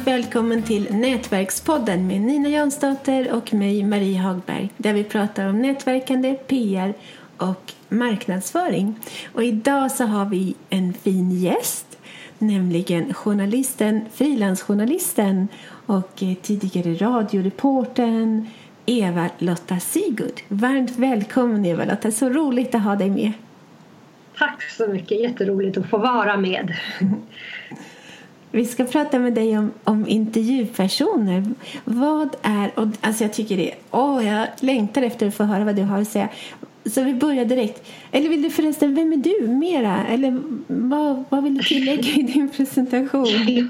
varmt välkommen till Nätverkspodden med Nina Jansdotter och mig, Marie Hagberg, där vi pratar om nätverkande, PR och marknadsföring. Och idag så har vi en fin gäst, nämligen frilansjournalisten och tidigare radioreportern Eva-Lotta Sigurd. Varmt välkommen Eva-Lotta, så roligt att ha dig med. Tack så mycket, jätteroligt att få vara med. Vi ska prata med dig om intervjupersoner. Vad är, och alltså jag tycker jag längtar efter att få höra vad du har att säga. Så vi börjar direkt. Eller vill du förresten, vem är du mera? Eller vad vill du tillägga i din presentation?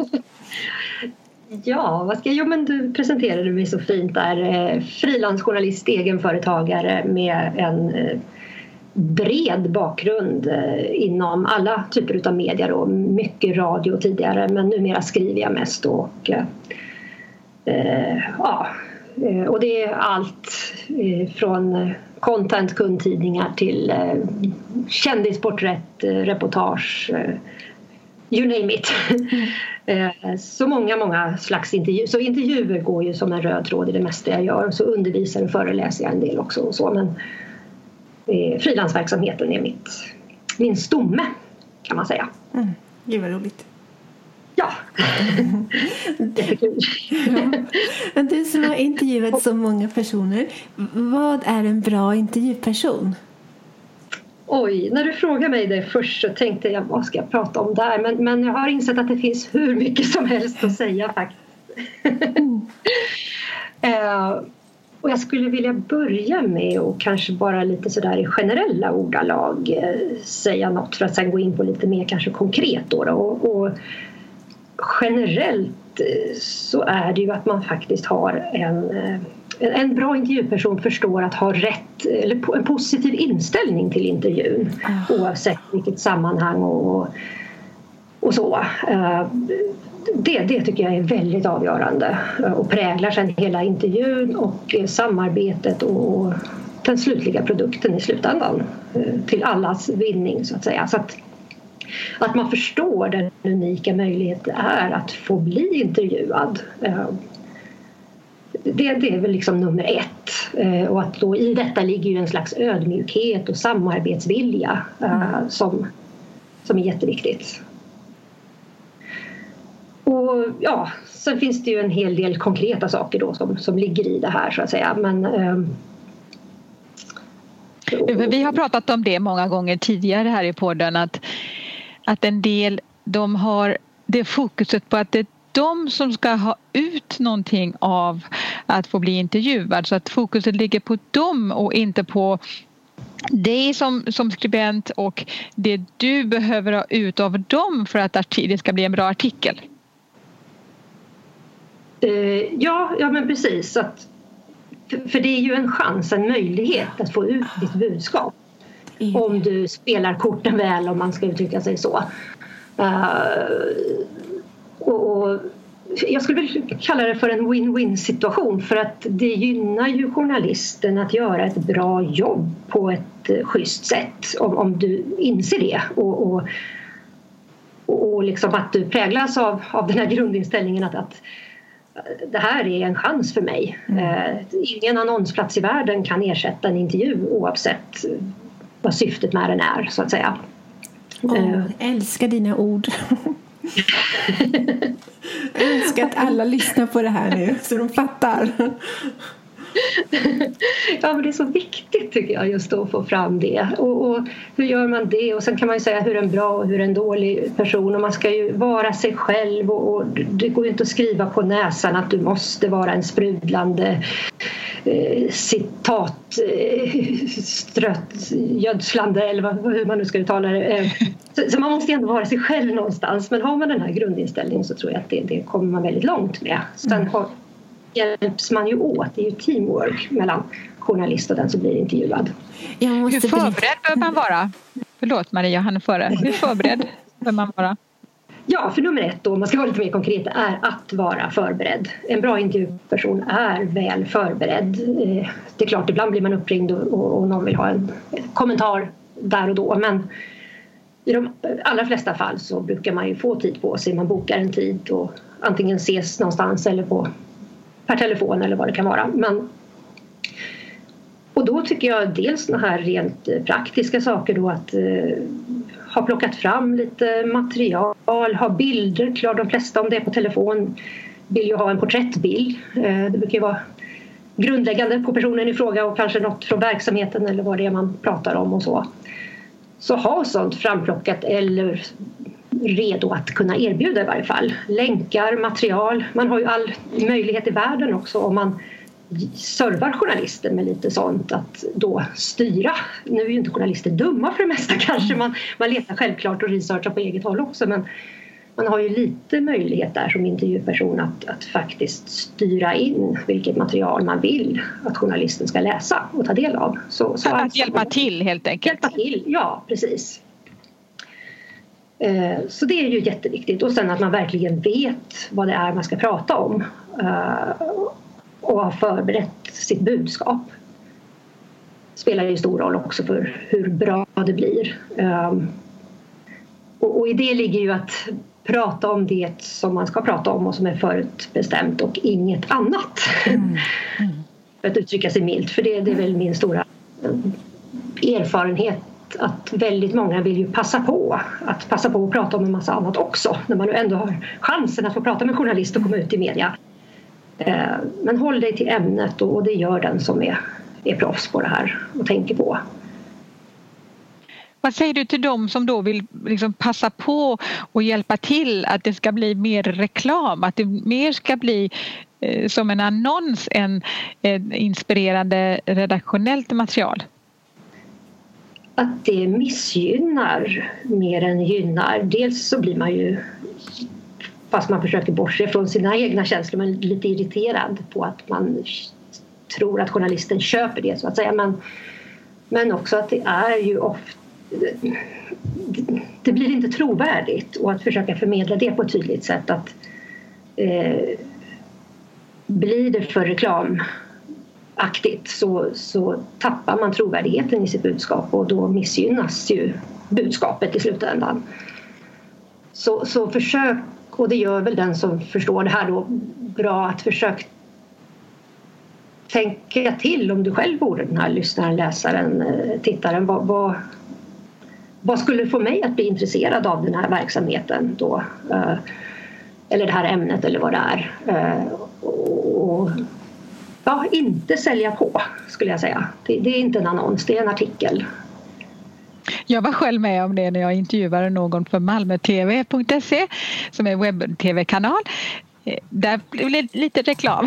Ja, men du presenterade mig så fint där. Frilansjournalist, egenföretagare med en bred bakgrund inom alla typer av medier och mycket radio tidigare, men numera skriver jag mest och det är allt från content, kundtidningar till kändisporträtt, reportage, you name it. Så många slags intervjuer. Så intervjuer går ju som en röd tråd i det mesta jag gör. Så undervisar och föreläser jag en del också och så, men frilansverksamheten är min stomme, kan man säga. Det var roligt. Ja. Jättekul. Ja. Du som har intervjuat så många personer, vad är en bra intervjuperson? Oj, när du frågar mig det först så tänkte jag, vad ska jag prata om där? Men jag har insett att det finns hur mycket som helst att säga faktiskt. Och jag skulle vilja börja med och kanske bara lite sådär i generella ordalag säga något för att sen gå in på lite mer kanske konkret då. Och generellt så är det ju att man faktiskt har en bra intervjuperson förstår att ha rätt eller en positiv inställning till intervjun oavsett vilket sammanhang och så. Det tycker jag är väldigt avgörande och präglar sedan hela intervjun och samarbetet och den slutliga produkten i slutändan till allas vinning så att säga. Så att man förstår den unika möjligheten är att få bli intervjuad. Det är väl liksom nummer ett. Och att då i detta ligger ju en slags ödmjukhet och samarbetsvilja som är jätteviktigt. Och ja, sen finns det ju en hel del konkreta saker då som ligger i det här så att säga. Men vi har pratat om det många gånger tidigare här i podden att en del de har det fokuset på att det är de som ska ha ut någonting av att få bli intervjuad, så att fokuset ligger på dem och inte på dig som skribent och det du behöver ha ut av dem för att det ska bli en bra artikel. Ja men precis. För det är ju en chans, en möjlighet att få ut ditt budskap. Om du spelar korten väl, om man ska uttrycka sig så. Och jag skulle väl kalla det för en win-win situation, för att det gynnar ju journalisten att göra ett bra jobb på ett schysst sätt om du inser det och liksom att du präglas av den här grundinställningen att det här är en chans för mig. Ingen annonsplats i världen kan ersätta en intervju oavsett vad syftet med den är så att säga. Älskar dina ord. Jag önskar att alla lyssnar på det här nu så de fattar. Ja, men det är så viktigt tycker jag just att få fram det. Och hur gör man det? Och sen kan man ju säga hur en bra och hur en dålig person. Och man ska ju vara sig själv. Och det går ju inte att skriva på näsan att du måste vara en sprudlande strött gödslande eller hur man nu ska uttala det. Så man måste ändå vara sig själv någonstans. Men har man den här grundinställningen så tror jag att det kommer man väldigt långt med. Sen hjälps man ju åt. Det är ju teamwork mellan journalist och den som blir intervjuad. Hur förberedd bör man vara? Förlåt Maria, han är före. Hur förberedd bör man vara? Ja, för nummer ett då, om man ska vara lite mer konkret, är att vara förberedd. En bra intervjuperson är väl förberedd. Det är klart, ibland blir man uppringd och någon vill ha en kommentar där och då. Men i de allra flesta fall så brukar man ju få tid på sig. Man bokar en tid och antingen ses någonstans eller per telefon eller vad det kan vara. Och då tycker jag dels såna här rent praktiska saker då, att ha plockat fram lite material, ha bilder, klart de flesta om det är på telefon vill ju ha en porträttbild. Det brukar ju vara grundläggande på personen i fråga och kanske något från verksamheten eller vad det är man pratar om och så. Så ha sånt framplockat eller redo att kunna erbjuda i varje fall. Länkar, material. Man har ju all möjlighet i världen också om man servar journalister med lite sånt att då styra. Nu är ju inte journalister dumma för det mesta kanske. Man letar självklart och researchar på eget håll också, men man har ju lite möjlighet där som intervjuperson att faktiskt styra in vilket material man vill att journalisten ska läsa och ta del av. Så att hjälpa till helt enkelt. Hjälpa till, ja precis. Så det är ju jätteviktigt. Och sen att man verkligen vet vad det är man ska prata om och har förberett sitt budskap. Spelar ju stor roll också för hur bra det blir. Och i det ligger ju att prata om det som man ska prata om och som är förutbestämt och inget annat. För att uttrycka sig milt. För det är väl min stora erfarenhet att väldigt många vill ju passa på att prata om en massa annat också. När man nu ändå har chansen att få prata med journalist och komma ut i media. Men håll dig till ämnet och det gör den som är proffs på det här och tänker på. Vad säger du till dem som då vill liksom passa på och hjälpa till att det ska bli mer reklam, att det mer ska bli som en annons än inspirerande redaktionellt material? Att det missgynnar mer än gynnar. Dels så blir man ju, fast man försöker bortse från sina egna känslor, men lite irriterad på att man tror att journalisten köper det så att säga. Men också att det är ju ofta, det blir inte trovärdigt, och att försöka förmedla det på ett tydligt sätt att blir det för reklamaktigt så tappar man trovärdigheten i sitt budskap och då missgynnas ju budskapet i slutändan. Så försök, och det gör väl den som förstår det här då bra, att försök tänka till om du själv vore den här lyssnaren, läsaren, tittaren. Vad skulle få mig att bli intresserad av den här verksamheten då? Eller det här ämnet eller vad det är. Och inte sälja på, skulle jag säga. Det är inte en annons, det är en artikel. Jag var själv med om det när jag intervjuade någon för malmötv.se som är webb-tv-kanal. Där blev det lite reklam.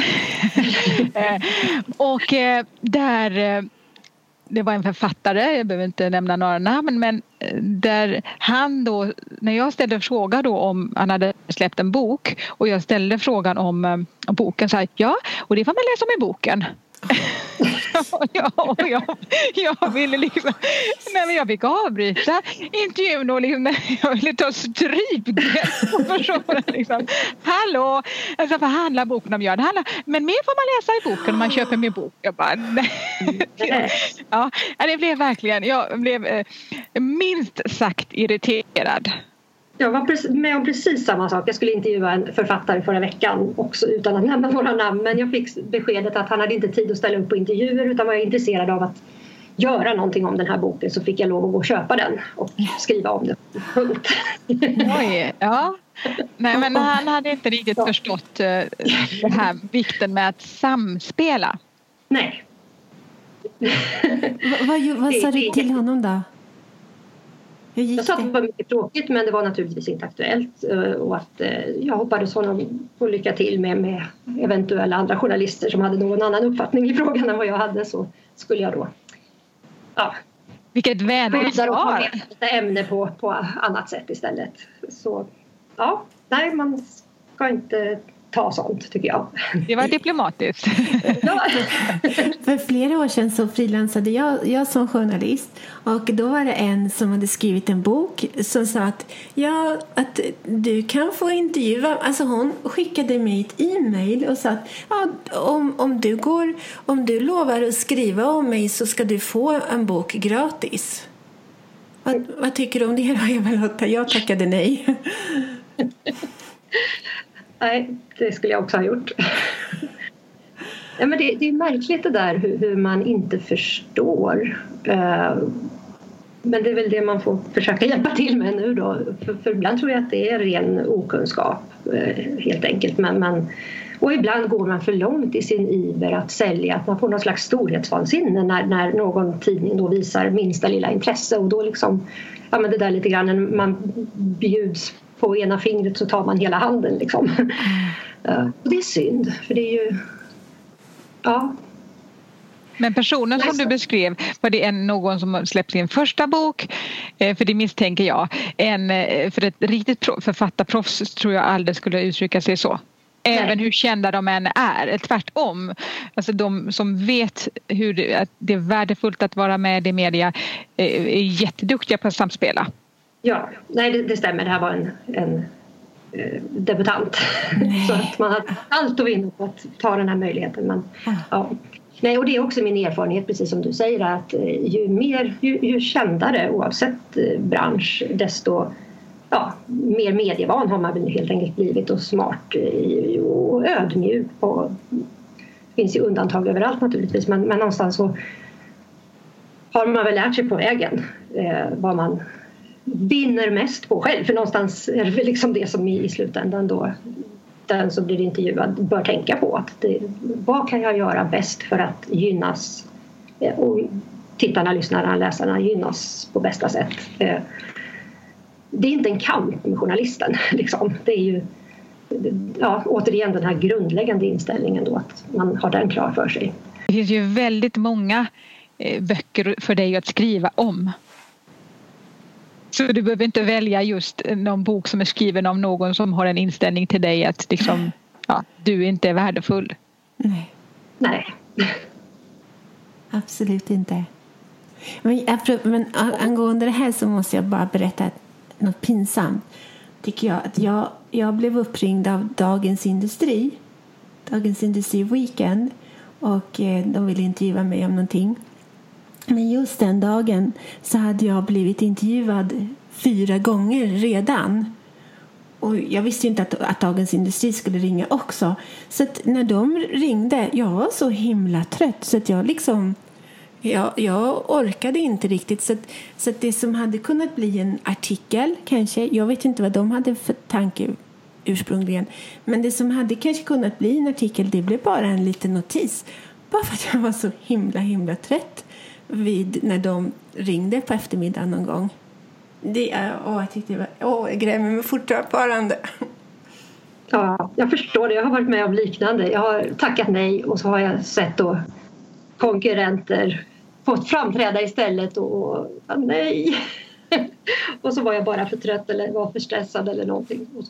Och där det var en författare, jag behöver inte nämna några namn, men där han då, när jag ställde frågan då om han hade släppt en bok och jag ställde frågan om boken, så här, ja, och det får man läsa om i boken. Jag ville liksom, nej, men jag fick avbryta intervjun och liksom, jag ville ta strypgrepp på personen liksom. Hallå, alltså vad handlar boken om? Ja, det handlar, men mer får man läsa i boken om man köper min bok. Jag bara, nej. Ja, det blev verkligen, jag blev minst sagt irriterad. Jag var med om precis samma sak. Jag skulle intervjua en författare förra veckan också utan att nämna några namn. Men jag fick beskedet att han hade inte tid att ställa upp på intervjuer, utan var intresserad av att göra någonting om den här boken, så fick jag lov att gå och köpa den och skriva om det. Punkt. Oj, ja. Nej, men han hade inte riktigt förstått det här vikten med att samspela. Nej. Vad sa du till honom då? Jag sa att det var mycket tråkigt, men det var naturligtvis inte aktuellt, och att jag hoppades honom få lycka till med eventuella andra journalister som hade någon annan uppfattning i frågan än vad jag hade, så skulle jag då vilket vänligt svar. Ett ämne på annat sätt istället. Så nej, man ska inte ta sånt, tycker jag. Det var diplomatiskt. Ja. För flera år sedan så frilansade jag som journalist, och då var det en som hade skrivit en bok som sa att du kan få intervjua, alltså hon skickade mig ett e-mail och sa att om du lovar att skriva om mig så ska du få en bok gratis. Vad tycker du om det då, Eva-Lotta? Jag tackade nej. Nej, det skulle jag också ha gjort. Ja, men det är märkligt det där hur man inte förstår. Men det är väl det man får försöka hjälpa till med nu då. För ibland tror jag att det är ren okunskap helt enkelt. Och ibland går man för långt i sin iver att sälja. Att man får någon slags storhetsvansinne när någon tidning då visar minsta lilla intresse. Och då liksom, ja men det där lite grann när man bjuds på ena fingret så tar man hela handen liksom. Och det är synd, för det är ju... Ja. Men personen som du beskrev, var det någon som släppt sin första bok? För det misstänker jag. För ett riktigt författarproffs tror jag aldrig skulle uttrycka sig så. Även hur kända de än är. Tvärtom. Alltså de som vet att det är värdefullt att vara med i media är jätteduktiga på att samspela. Ja, nej det stämmer. Det här var en debutant. Så att man har allt att vinna på att ta den här möjligheten. Men, ja. Nej, och det är också min erfarenhet, precis som du säger, att ju kändare oavsett bransch, desto mer medievan har man väl helt enkelt blivit, och smart och ödmjuk. Och det finns ju undantag överallt naturligtvis, men någonstans så har man väl lärt sig på vägen vad man vinner mest på själv. För någonstans är det väl liksom det som i slutändan då den som blir intervjuad bör tänka på. Att vad kan jag göra bäst för att gynnas och tittarna, lyssnarna, läsarna gynnas på bästa sätt. Det är inte en kamp med journalisten. Liksom. Det är ju återigen den här grundläggande inställningen då, att man har den klar för sig. Det finns ju väldigt många böcker för dig att skriva om. Så du behöver inte välja just någon bok som är skriven av någon som har en inställning till dig att liksom, du inte är värdefull. Nej. Absolut inte. Men angående det här så måste jag bara berätta något pinsamt. Tycker jag att jag blev uppringd av Dagens Industri Weekend, och de ville intervjua mig om någonting. Men just den dagen så hade jag blivit intervjuad 4 gånger redan. Och jag visste inte att Dagens Industri skulle ringa också. Så att när de ringde, jag var så himla trött så att jag liksom... Jag orkade inte riktigt. Så att det som hade kunnat bli en artikel kanske, jag vet inte vad de hade för tanke ursprungligen, men det som hade kanske kunnat bli en artikel, det blev bara en liten notis. Bara för att jag var så himla trött när de ringde på eftermiddagen någon gång. Jag tyckte jag grämer mig fortfarande. Ja, jag förstår det. Jag har varit med om liknande. Jag har tackat nej, och så har jag sett då konkurrenter fått framträda istället, och nej. Och så var jag bara för trött eller var för stressad eller någonting. Och så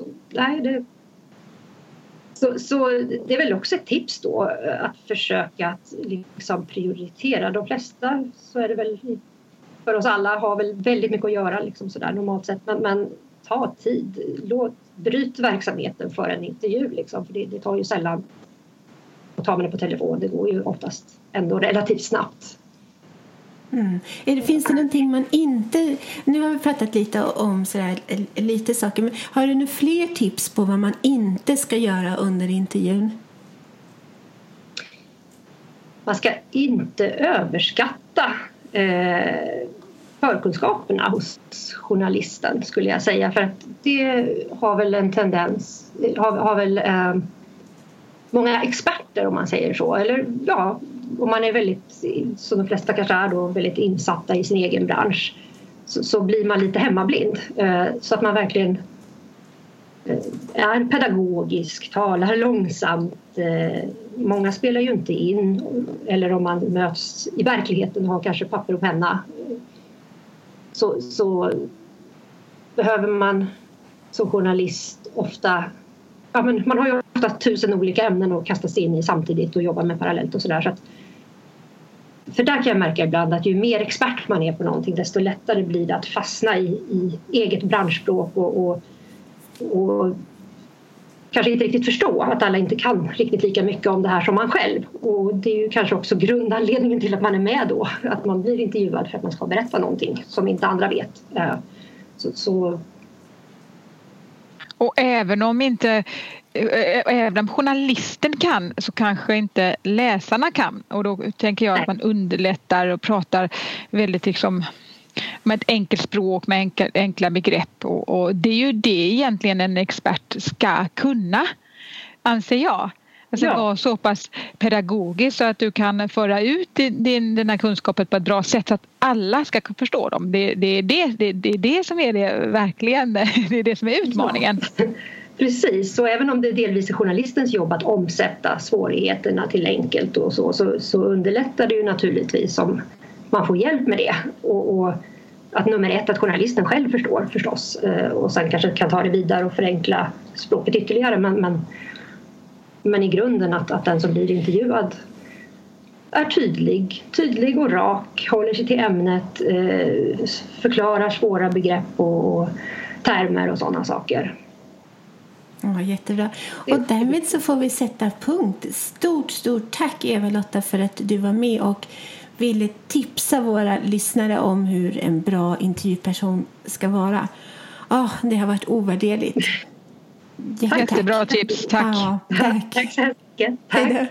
det är väl också ett tips då, att försöka att liksom prioritera. De flesta, så är det väl för oss alla, har väl väldigt mycket att göra liksom sådär normalt sett, men ta tid, bryt verksamheten för en intervju liksom, för det tar ju sällan, och tar man det på telefon, det går ju oftast ändå relativt snabbt. Finns det någonting man inte... Nu har vi pratat lite om sådär, lite saker, men har du nu fler tips på vad man inte ska göra under intervjun? Man ska inte överskatta förkunskaperna hos journalisten, skulle jag säga, för att det har väl en tendens, har väl många experter, om man säger så, eller om man är väldigt, som de flesta kanske är då, väldigt insatta i sin egen bransch, så blir man lite hemmablind, så att man verkligen är pedagogisk, talar långsamt. Många spelar ju inte in, eller om man möts i verkligheten och har kanske papper och penna, så behöver man som journalist ofta, men man har ju ofta 1000 olika ämnen att kasta sig in i samtidigt och jobba med parallellt och sådär. För där kan jag märka ibland att ju mer expert man är på någonting, desto lättare blir det att fastna i eget branschspråk och kanske inte riktigt förstå att alla inte kan riktigt lika mycket om det här som man själv. Och det är ju kanske också grundanledningen till att man är med då. Att man blir intervjuad för att man ska berätta någonting som inte andra vet. Så... Och även om journalisten kan så kanske inte läsarna kan. Och då tänker jag att man underlättar och pratar väldigt liksom med ett enkelt språk, med enkla begrepp. Och det är ju det egentligen en expert ska kunna, anser jag. Alltså vara så pass pedagogisk så att du kan föra ut den här kunskapen på ett bra sätt så att alla ska förstå dem. Det är det som är det verkligen, det är det som är utmaningen. Ja. Precis, så även om det delvis är journalistens jobb att omsätta svårigheterna till enkelt och så underlättar det ju naturligtvis om man får hjälp med det. Och att nummer ett, att journalisten själv förstår förstås. Och sen kanske kan ta det vidare och förenkla språket ytterligare. Men i grunden att den som blir intervjuad är tydlig och rak, håller sig till ämnet, förklarar svåra begrepp och termer och sådana saker. Ja, jättebra. Och därmed så får vi sätta punkt. Stort tack Eva-Lotta för att du var med och ville tipsa våra lyssnare om hur en bra intervjuperson ska vara. Det har varit ovärderligt. Jättebra tips, tack. Ja, tack. Tack så mycket. Hej.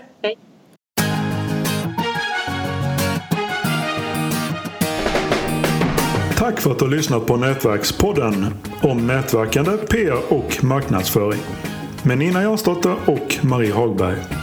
Tack för att du har lyssnat på Nätverkspodden om nätverkande, PR och marknadsföring med Nina Jansdotter och Marie Hagberg.